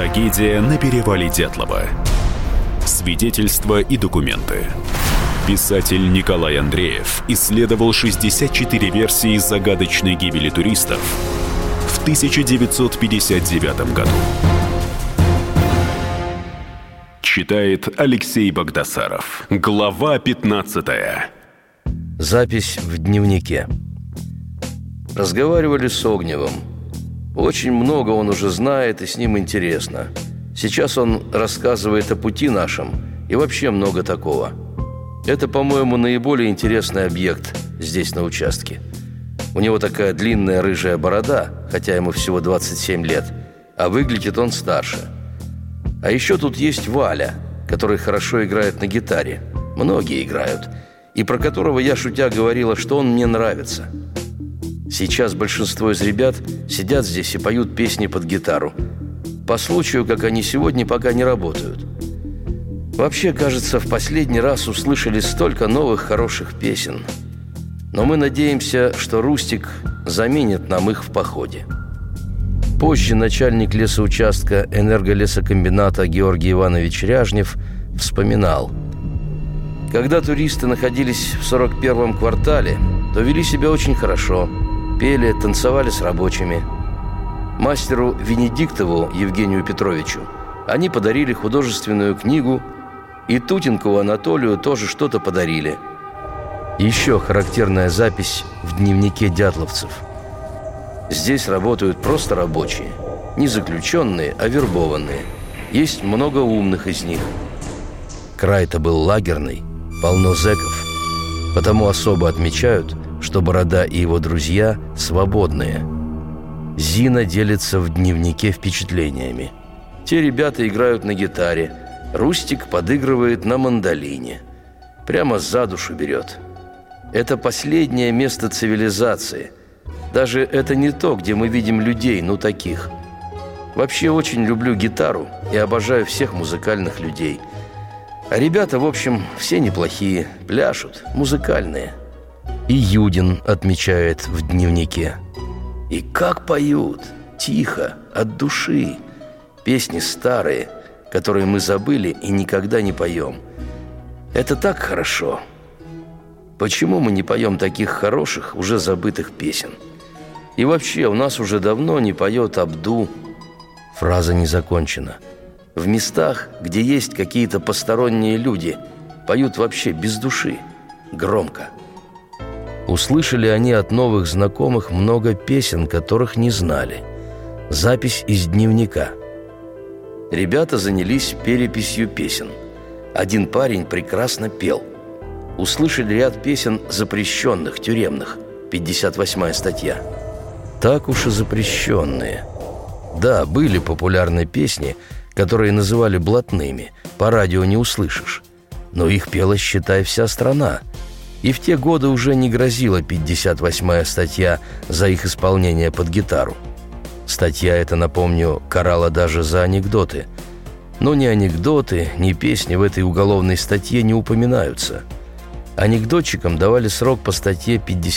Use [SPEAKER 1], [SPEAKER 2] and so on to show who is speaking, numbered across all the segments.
[SPEAKER 1] Трагедия на перевале Дятлова. Свидетельства и документы. Писатель Николай Андреев исследовал 64 версии загадочной гибели туристов в 1959 году. Читает Алексей Богдасаров. Глава 15.
[SPEAKER 2] Запись в дневнике. Разговаривали с Огневым. Очень много он уже знает, и с ним интересно. Сейчас он рассказывает о пути нашем, и вообще много такого. Это, по-моему, наиболее интересный объект здесь, на участке. У него такая длинная рыжая борода, хотя ему всего 27 лет, а выглядит он старше. А еще тут есть Валя, который хорошо играет на гитаре. Многие играют. И про которого я, шутя, говорила, что он мне нравится. Сейчас большинство из ребят сидят здесь и поют песни под гитару. По случаю, как они сегодня пока не работают. Вообще, кажется, в последний раз услышали столько новых хороших песен. Но мы надеемся, что Рустик заменит нам их в походе. Позже начальник лесоучастка энерголесокомбината Георгий Иванович Ряжнев вспоминал: когда туристы находились в 41-м квартале, то вели себя очень хорошо. Пели, танцевали с рабочими. Мастеру Венедиктову Евгению Петровичу они подарили художественную книгу, и Тутенкову Анатолию тоже что-то подарили. Еще характерная запись в дневнике дятловцев. Здесь работают просто рабочие, не заключенные, а вербованные. Есть много умных из них. Край-то был лагерный, полно зэков. Потому особо отмечают, что Борода и его друзья свободные. Зина делится в дневнике впечатлениями. Те ребята играют на гитаре, Рустик подыгрывает на мандолине. Прямо за душу берет. Это последнее место цивилизации. Даже это не то, где мы видим людей, ну таких. Вообще очень люблю гитару и обожаю всех музыкальных людей. А ребята, в общем, все неплохие, пляшут, музыкальные. И Юдин отмечает в дневнике: и как поют, тихо, от души. Песни старые, которые мы забыли и никогда не поем. Это так хорошо. Почему мы не поем таких хороших, уже забытых песен? И вообще, у нас уже давно не поет Абду. Фраза не закончена. В местах, где есть какие-то посторонние люди, поют вообще без души, громко. Услышали они от новых знакомых много песен, которых не знали. Запись из дневника. Ребята занялись переписью песен. Один парень прекрасно пел. Услышали ряд песен запрещенных, тюремных. 58-я статья. Так уж и запрещенные. Да, были популярные песни, которые называли блатными. По радио не услышишь. Но их пела, считай, вся страна. И в те годы уже не грозила 58-я статья за их исполнение под гитару. Статья эта, напомню, карала даже за анекдоты. Но ни анекдоты, ни песни в этой уголовной статье не упоминаются. Анекдотчикам давали срок по статье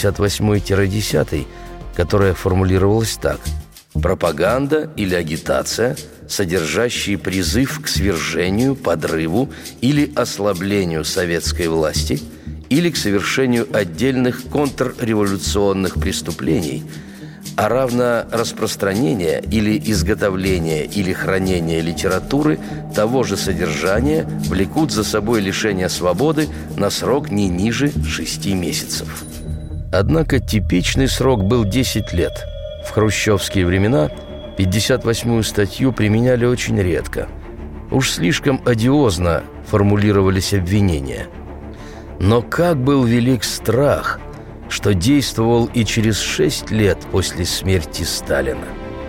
[SPEAKER 2] 58-10, которая формулировалась так: пропаганда или агитация, содержащие призыв к свержению, подрыву или ослаблению советской власти или к совершению отдельных контрреволюционных преступлений, а равно распространение или изготовление или хранение литературы того же содержания влекут за собой лишение свободы на срок не ниже 6 месяцев. Однако типичный срок был 10 лет. В хрущевские времена 58-ю статью применяли очень редко. Уж слишком одиозно формулировались обвинения. Но как был велик страх, что действовал и через 6 лет после смерти Сталина.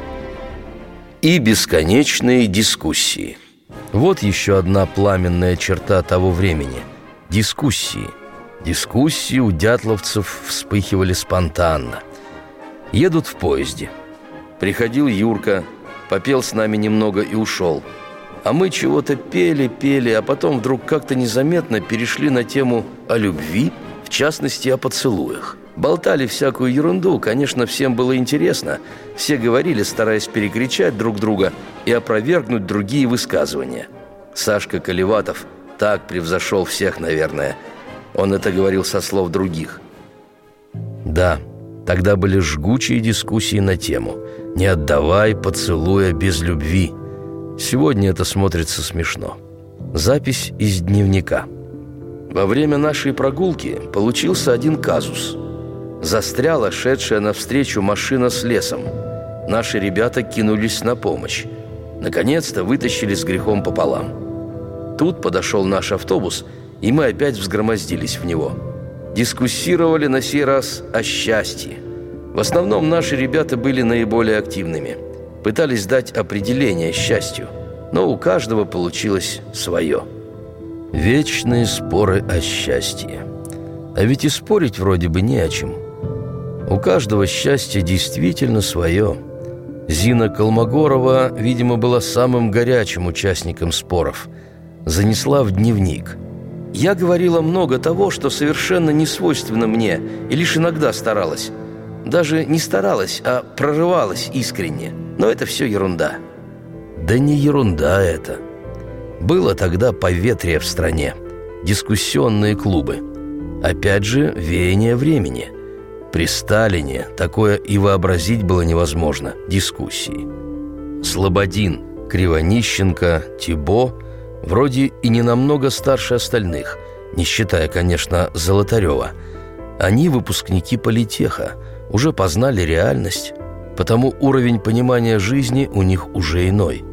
[SPEAKER 2] И бесконечные дискуссии. Вот еще одна пламенная черта того времени – дискуссии. Дискуссии у дятловцев вспыхивали спонтанно. Едут в поезде. Приходил Юрка, попел с нами немного и ушел. А мы чего-то пели, а потом вдруг как-то незаметно перешли на тему о любви, в частности, о поцелуях. Болтали всякую ерунду, конечно, всем было интересно. Все говорили, стараясь перекричать друг друга и опровергнуть другие высказывания. Сашка Колеватов так превзошел всех, наверное. Он это говорил со слов других. Да, тогда были жгучие дискуссии на тему «Не отдавай поцелуя без любви». Сегодня это смотрится смешно. Запись из дневника. Во время нашей прогулки получился один казус. Застряла шедшая навстречу машина с лесом. Наши ребята кинулись на помощь. Наконец-то вытащили с грехом пополам. Тут подошел наш автобус, и мы опять взгромоздились в него. Дискуссировали на сей раз о счастье. В основном наши ребята были наиболее активными. Пытались дать определение счастью, но у каждого получилось свое. Вечные споры о счастье. А ведь и спорить вроде бы не о чем. У каждого счастье действительно свое. Зина Колмогорова, видимо, была самым горячим участником споров. Занесла в дневник: «Я говорила много того, что совершенно не свойственно мне, и лишь иногда старалась. Даже не старалась, а прорывалась искренне. Но это все ерунда». Да не ерунда это. Было тогда поветрие в стране, дискуссионные клубы. Опять же, веяние времени. При Сталине такое и вообразить было невозможно, дискуссии. Слободин, Кривонищенко, Тибо вроде и не намного старше остальных, не считая, конечно, Золотарева. Они выпускники политеха, уже познали реальность, потому уровень понимания жизни у них уже иной.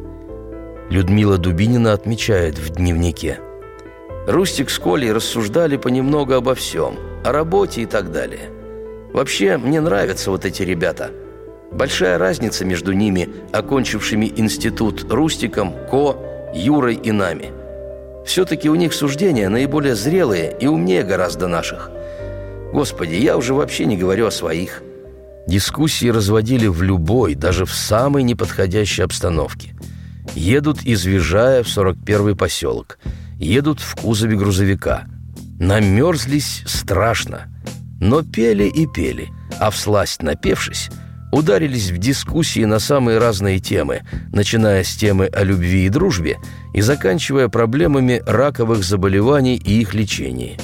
[SPEAKER 2] Людмила Дубинина отмечает в дневнике: «Рустик с Колей рассуждали понемногу обо всем, о работе и так далее. Вообще, мне нравятся вот эти ребята. Большая разница между ними, окончившими институт Рустиком, Ко, Юрой и нами. Все-таки у них суждения наиболее зрелые и умнее гораздо наших. Господи, я уже вообще не говорю о своих». Дискуссии разводили в любой, даже в самой неподходящей обстановке. Едут из Вижая в 41-й поселок. Едут в кузове грузовика. Намерзлись страшно. Но пели и пели, а всласть напевшись, ударились в дискуссии на самые разные темы, начиная с темы о любви и дружбе и заканчивая проблемами раковых заболеваний и их лечении.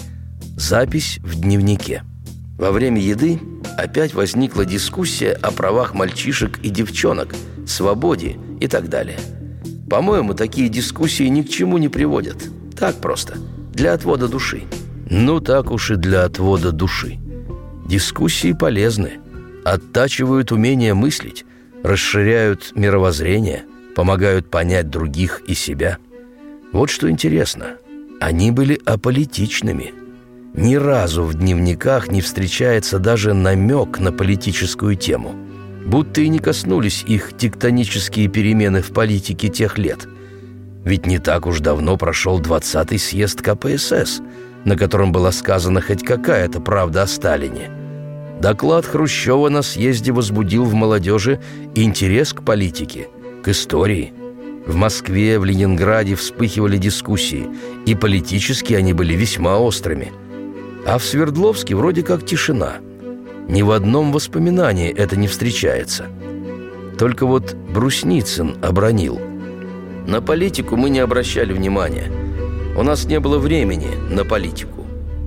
[SPEAKER 2] Запись в дневнике. Во время еды опять возникла дискуссия о правах мальчишек и девчонок, свободе и так далее. По-моему, такие дискуссии ни к чему не приводят. Так просто, для отвода души. Ну так уж и для отвода души. Дискуссии полезны, оттачивают умение мыслить, расширяют мировоззрение, помогают понять других и себя. Вот что интересно, они были аполитичными. Ни разу в дневниках не встречается даже намек на политическую тему. Будто и не коснулись их тектонические перемены в политике тех лет. Ведь не так уж давно прошел 20-й съезд КПСС, на котором была сказана хоть какая-то правда о Сталине. Доклад Хрущева на съезде возбудил в молодежи интерес к политике, к истории. В Москве, в Ленинграде вспыхивали дискуссии, и политически они были весьма острыми. А в Свердловске вроде как тишина. Ни в одном воспоминании это не встречается. Только вот Брусницын обронил: «На политику мы не обращали внимания. У нас не было времени на политику».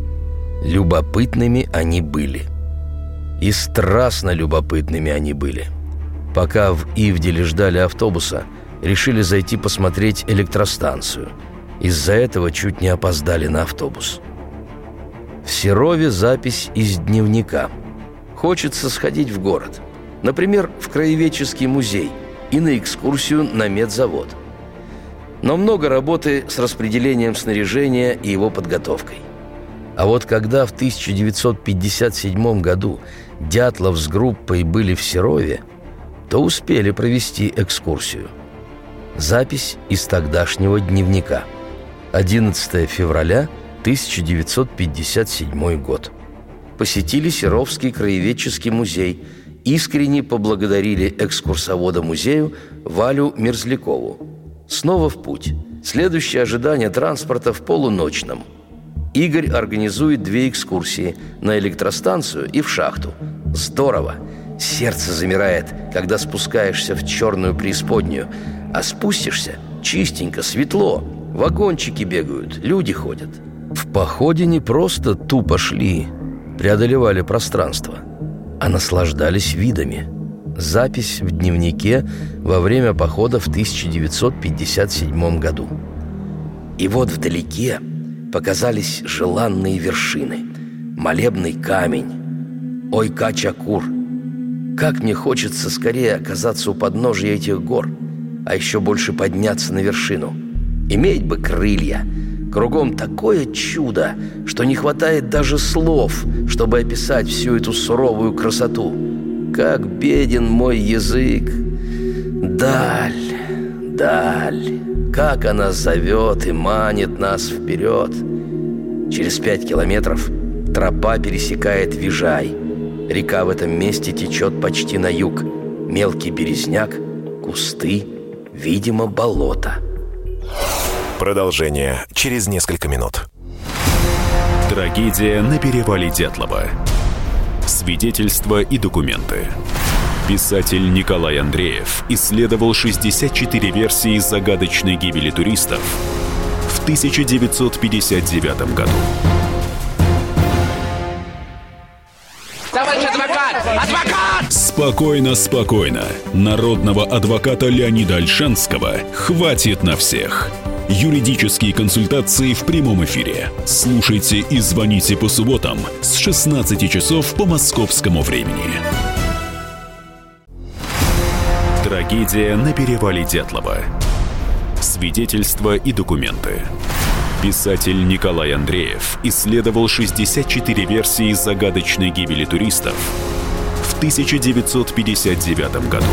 [SPEAKER 2] Любопытными они были. И страстно любопытными они были. Пока в Ивделе ждали автобуса, решили зайти посмотреть электростанцию. Из-за этого чуть не опоздали на автобус. В Серове запись из дневника. Хочется сходить в город. Например, в краеведческий музей и на экскурсию на медзавод. Но много работы с распределением снаряжения и его подготовкой. А вот когда в 1957 году Дятлов с группой были в Серове, то успели провести экскурсию. Запись из тогдашнего дневника. 11 февраля 1957 год. Посетили Серовский краеведческий музей, искренне поблагодарили экскурсовода музею Валю Мерзлякову. Снова в путь. Следующее ожидание транспорта в полуночном. Игорь организует 2 экскурсии на электростанцию и в шахту. Здорово! Сердце замирает, когда спускаешься в черную преисподнюю, а спустишься чистенько, светло. Вагончики бегают, люди ходят. В походе не просто тупо шли, преодолевали пространство, а наслаждались видами. Запись в дневнике во время похода в 1957 году. И вот вдалеке показались желанные вершины. Молебный камень, Ойка-Чакур. Как мне хочется скорее оказаться у подножия этих гор, а еще больше подняться на вершину. Иметь бы крылья. Кругом такое чудо, что не хватает даже слов, чтобы описать всю эту суровую красоту. Как беден мой язык. Даль, даль, как она зовет и манит нас вперед. Через 5 километров тропа пересекает Вижай. Река в этом месте течет почти на юг. Мелкий березняк, кусты, видимо, болото.
[SPEAKER 3] Продолжение через несколько минут.
[SPEAKER 1] Трагедия на перевале Дятлова. Свидетельства и документы. Писатель Николай Андреев исследовал 64 версии загадочной гибели туристов в 1959 году.
[SPEAKER 4] Товарищ адвокат! Адвокат!
[SPEAKER 1] Спокойно, спокойно. Народного адвоката Леонида Ольшанского хватит на всех. Юридические консультации в прямом эфире. Слушайте и звоните по субботам с 16 часов по московскому времени. Трагедия на перевале Дятлова. Свидетельства и документы. Писатель Николай Андреев исследовал 64 версии загадочной гибели туристов в 1959 году.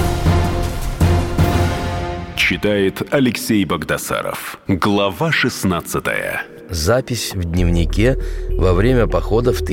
[SPEAKER 1] Читает Алексей Богдасаров. Глава 16.
[SPEAKER 2] Запись в дневнике во время похода в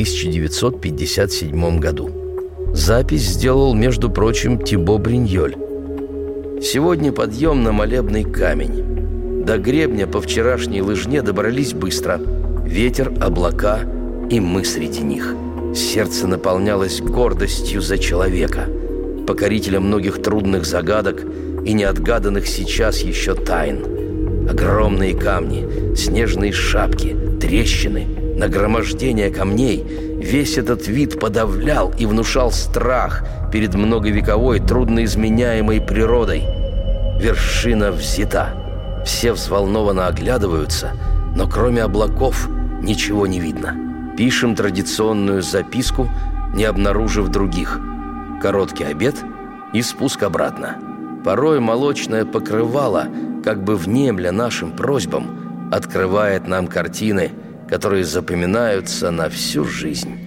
[SPEAKER 2] 1957 году. Запись сделал, между прочим, Тибо Бриньоль. Сегодня подъем на молебный камень. До гребня по вчерашней лыжне добрались быстро. Ветер, облака и мы среди них. Сердце наполнялось гордостью за человека, покорителя многих трудных загадок и неотгаданных сейчас еще тайн. Огромные камни, снежные шапки, трещины, нагромождение камней — весь этот вид подавлял и внушал страх перед многовековой трудноизменяемой природой. Вершина взята. Все взволнованно оглядываются, но кроме облаков ничего не видно. Пишем традиционную записку, не обнаружив других. Короткий обед и спуск обратно. Порой молочное покрывало, как бы внемля нашим просьбам, открывает нам картины, которые запоминаются на всю жизнь.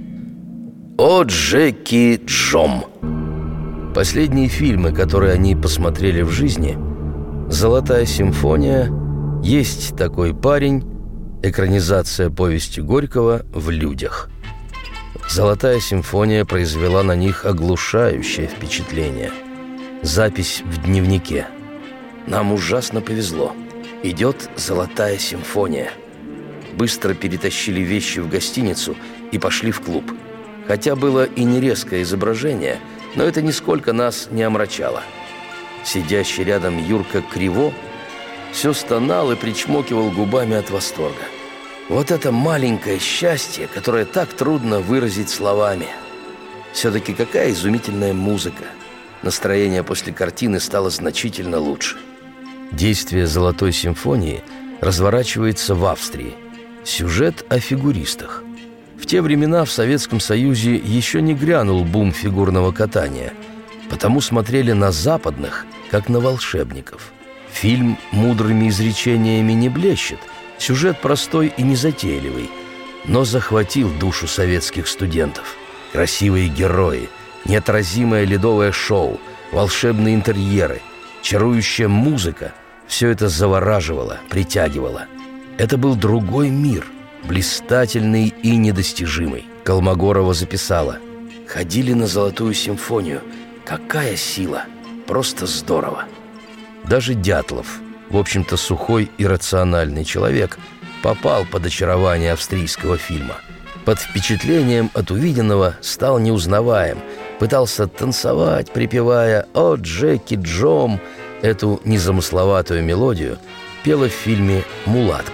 [SPEAKER 2] О Джеки Джом. Последние фильмы, которые они посмотрели в жизни: «Золотая симфония», «Есть такой парень», экранизация повести Горького «В людях». «Золотая симфония» произвела на них оглушающее впечатление. Запись в дневнике. Нам ужасно повезло. Идет «Золотая симфония». Быстро перетащили вещи в гостиницу и пошли в клуб. Хотя было и не резкое изображение, но это нисколько нас не омрачало. Сидящий рядом Юрка Криво все стонал и причмокивал губами от восторга. Вот это маленькое счастье, которое так трудно выразить словами. Все-таки какая изумительная музыка. Настроение после картины стало значительно лучше. Действие «Золотой симфонии» разворачивается в Австрии. Сюжет о фигуристах. В те времена в Советском Союзе еще не грянул бум фигурного катания, потому смотрели на западных, как на волшебников. Фильм мудрыми изречениями не блещет, сюжет простой и незатейливый, но захватил душу советских студентов. Красивые герои, неотразимое ледовое шоу, волшебные интерьеры, чарующая музыка — все это завораживало, притягивало. Это был другой мир, блистательный и недостижимый. Колмогорова записала: «Ходили на Золотую симфонию. Какая сила! Просто здорово!» Даже Дятлов, в общем-то сухой и рациональный человек, попал под очарование австрийского фильма. Под впечатлением от увиденного стал неузнаваем. Пытался танцевать, припевая «О, Джеки Джом». Эту незамысловатую мелодию пела в фильме «Мулатка».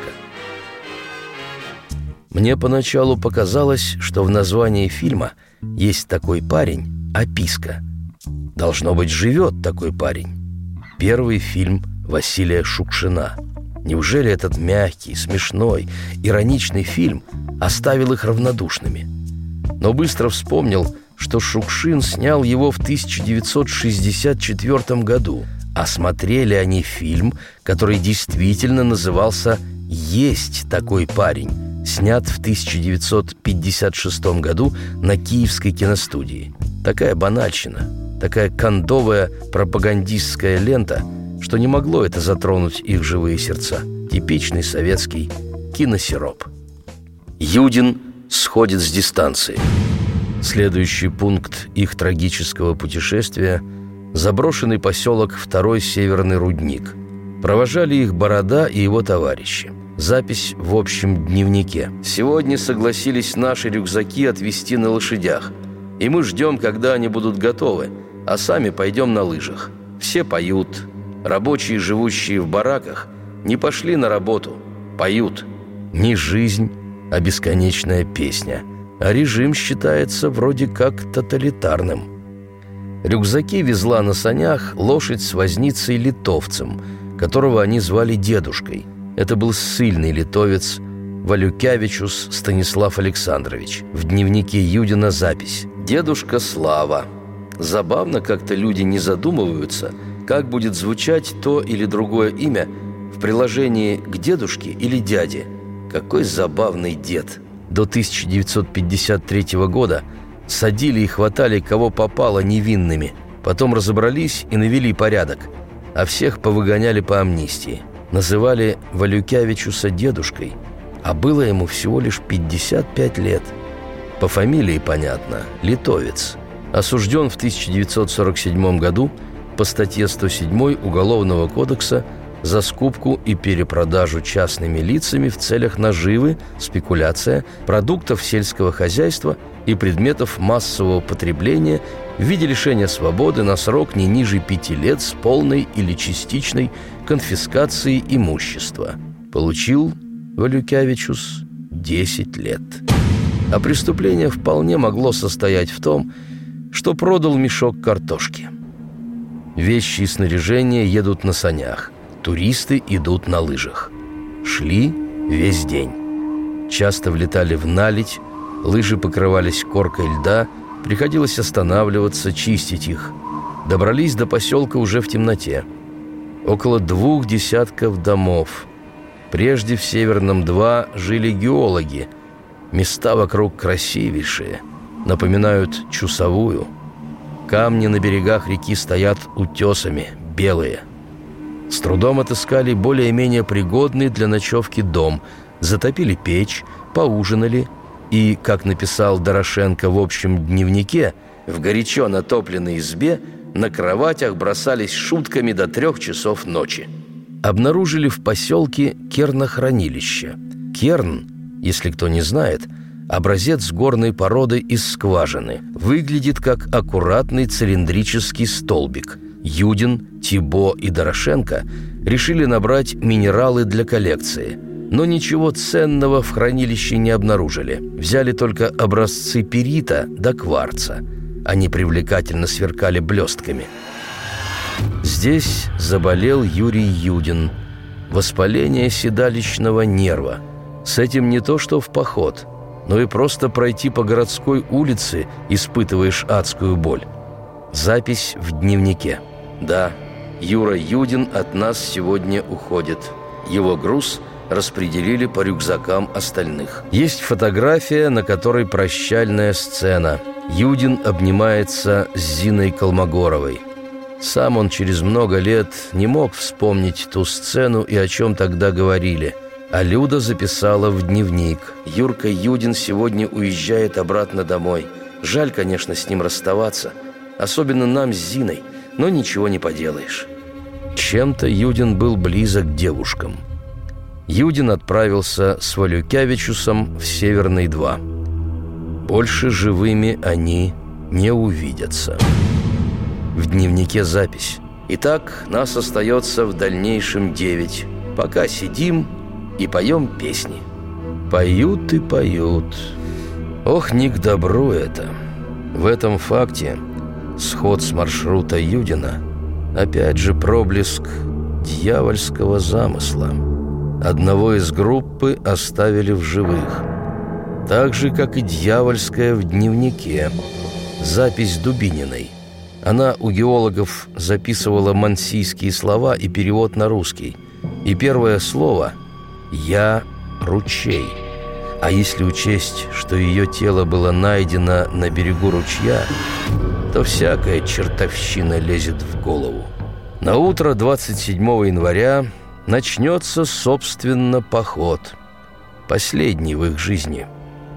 [SPEAKER 2] Мне поначалу показалось, что в названии фильма есть такой парень, описка. Должно быть, живет такой парень. Первый фильм Василия Шукшина. Неужели этот мягкий, смешной, ироничный фильм оставил их равнодушными? Но быстро вспомнил, что Шукшин снял его в 1964 году, а смотрели они фильм, который действительно назывался «Есть такой парень», снят в 1956 году на Киевской киностудии. Такая банальщина, такая кондовая пропагандистская лента, что не могло это затронуть их живые сердца. Типичный советский киносироп. Юдин сходит с дистанции. Следующий пункт их трагического путешествия – заброшенный поселок Второй Северный Рудник. Провожали их Борода и его товарищи. Запись в общем дневнике. «Сегодня согласились наши рюкзаки отвезти на лошадях, и мы ждем, когда они будут готовы, а сами пойдем на лыжах. Все поют. Рабочие, живущие в бараках, не пошли на работу. Поют. Не жизнь, а бесконечная песня. А режим считается вроде как тоталитарным». Рюкзаки везла на санях лошадь с возницей-литовцем, которого они звали дедушкой. Это был ссыльный литовец Валюкявичус Станислав Александрович. В дневнике Юдина запись: «Дедушка Слава». Забавно, как-то люди не задумываются, как будет звучать то или другое имя в приложении к дедушке или дяде. Какой забавный дед. До 1953 года садили и хватали кого попало невинными, потом разобрались и навели порядок, а всех повыгоняли по амнистии. Называли Валюкявичуса дедушкой, а было ему всего лишь 55 лет. По фамилии, понятно, литовец. Осужден в 1947 году по статье 107 Уголовного кодекса за скупку и перепродажу частными лицами в целях наживы, спекуляция, продуктов сельского хозяйства и предметов массового потребления в виде лишения свободы на срок не ниже 5 лет с полной или частичной конфискацией имущества. Получил Валюкявичус 10 лет. А преступление вполне могло состоять в том, что продал мешок картошки. Вещи и снаряжение едут на санях, туристы идут на лыжах. Шли весь день. Часто влетали в наледь, лыжи покрывались коркой льда, приходилось останавливаться, чистить их. Добрались до поселка уже в темноте. Около 2 десятков домов. Прежде в Северном 2 жили геологи. Места вокруг красивейшие, напоминают Чусовую. Камни на берегах реки стоят утесами, белые. С трудом отыскали более-менее пригодный для ночевки дом, затопили печь, поужинали и, как написал Дорошенко в общем дневнике, в горячо натопленной избе на кроватях бросались шутками до 3 часов ночи. Обнаружили в поселке кернохранилище. Керн, если кто не знает, образец горной породы из скважины. Выглядит как аккуратный цилиндрический столбик. Юдин, Тибо и Дорошенко решили набрать минералы для коллекции, но ничего ценного в хранилище не обнаружили. Взяли только образцы перита да кварца. Они привлекательно сверкали блестками. Здесь заболел Юрий Юдин. Воспаление седалищного нерва. С этим не то что в поход, но и просто пройти по городской улице испытываешь адскую боль. Запись в дневнике. Да, Юра Юдин от нас сегодня уходит. Его груз распределили по рюкзакам остальных. Есть фотография, на которой прощальная сцена. Юдин обнимается с Зиной Колмогоровой. Сам он через много лет не мог вспомнить ту сцену и о чем тогда говорили. А Люда записала в дневник: «Юрка Юдин сегодня уезжает обратно домой. Жаль, конечно, с ним расставаться, особенно нам с Зиной, но ничего не поделаешь». Чем-то Юдин был близок к девушкам. Юдин отправился с Валюкявичусом в Северный 2. Больше живыми они не увидятся. В дневнике запись. Итак, нас остается в дальнейшем 9. Пока сидим и поем песни. Поют и поют. Ох, не к добру это. В этом факте сход с маршрута Юдина опять же проблеск дьявольского замысла. Одного из группы оставили в живых. Так же, как и дьявольская в дневнике. Запись Дубининой. Она у геологов записывала мансийские слова и перевод на русский. И первое слово «Я ручей». А если учесть, что ее тело было найдено на берегу ручья, то всякая чертовщина лезет в голову. На утро 27 января начнется, собственно, поход. Последний в их жизни.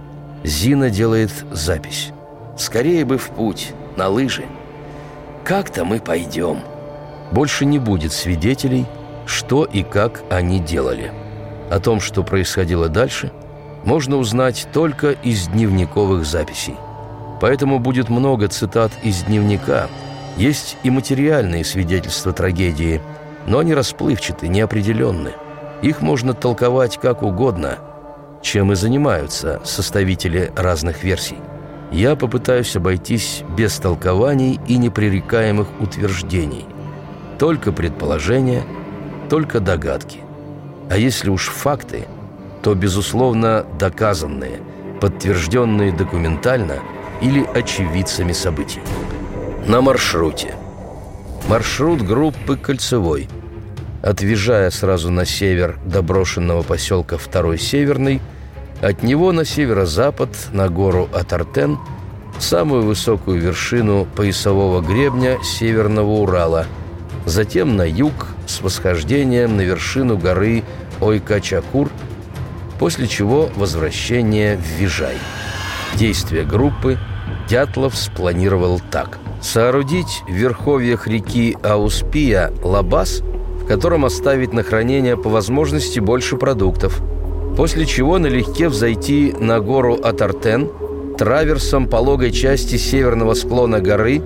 [SPEAKER 2] Зина делает запись. «Скорее бы в путь, на лыжи. Как-то мы пойдем». Больше не будет свидетелей, что и как они делали. О том, что происходило дальше, можно узнать только из дневниковых записей. Поэтому будет много цитат из дневника. Есть и материальные свидетельства трагедии, но они расплывчаты, неопределенны. Их можно толковать как угодно, чем и занимаются составители разных версий. Я попытаюсь обойтись без толкований и непререкаемых утверждений. Только предположения, только догадки. А если уж факты, то, безусловно, доказанные, подтвержденные документально или очевидцами событий. На маршруте. Маршрут группы кольцевой. Отъезжая сразу на север до брошенного поселка 2-й Северный, от него на северо-запад, на гору Атартен, самую высокую вершину поясового гребня Северного Урала, затем на юг с восхождением на вершину горы Ойка-Чакур, после чего возвращение в Вижай. Действия группы Дятлов спланировал так. Соорудить в верховьях реки Ауспия лабаз, в котором оставить на хранение по возможности больше продуктов, после чего налегке взойти на гору Атартен траверсом пологой части северного склона горы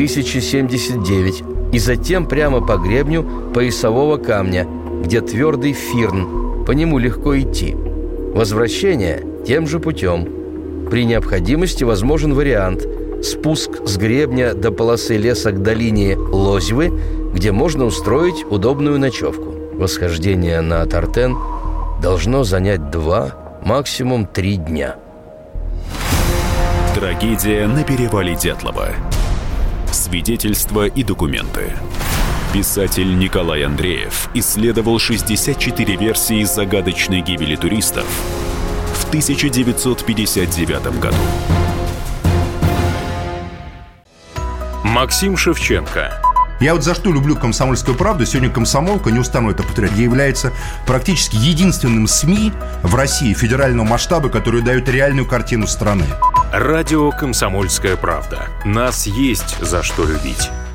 [SPEAKER 2] 1079 и затем прямо по гребню поясового камня, где твердый фирн, по нему легко идти. Возвращение тем же путем. При необходимости возможен вариант – спуск с гребня до полосы леса к долине Лозьвы, где можно устроить удобную ночевку. Восхождение на Атартен должно занять 2, максимум 3 дня.
[SPEAKER 1] Трагедия на перевале Дятлова. Свидетельства и документы. Писатель Николай Андреев исследовал 64 версии загадочной гибели туристов в 1959 году.
[SPEAKER 5] Максим Шевченко.
[SPEAKER 6] Я вот за что люблю «Комсомольскую правду». Сегодня «Комсомолка», не устану это повторять, является практически единственным СМИ в России федерального масштаба, который дает реальную картину страны.
[SPEAKER 5] Радио «Комсомольская правда». Нас есть за что любить.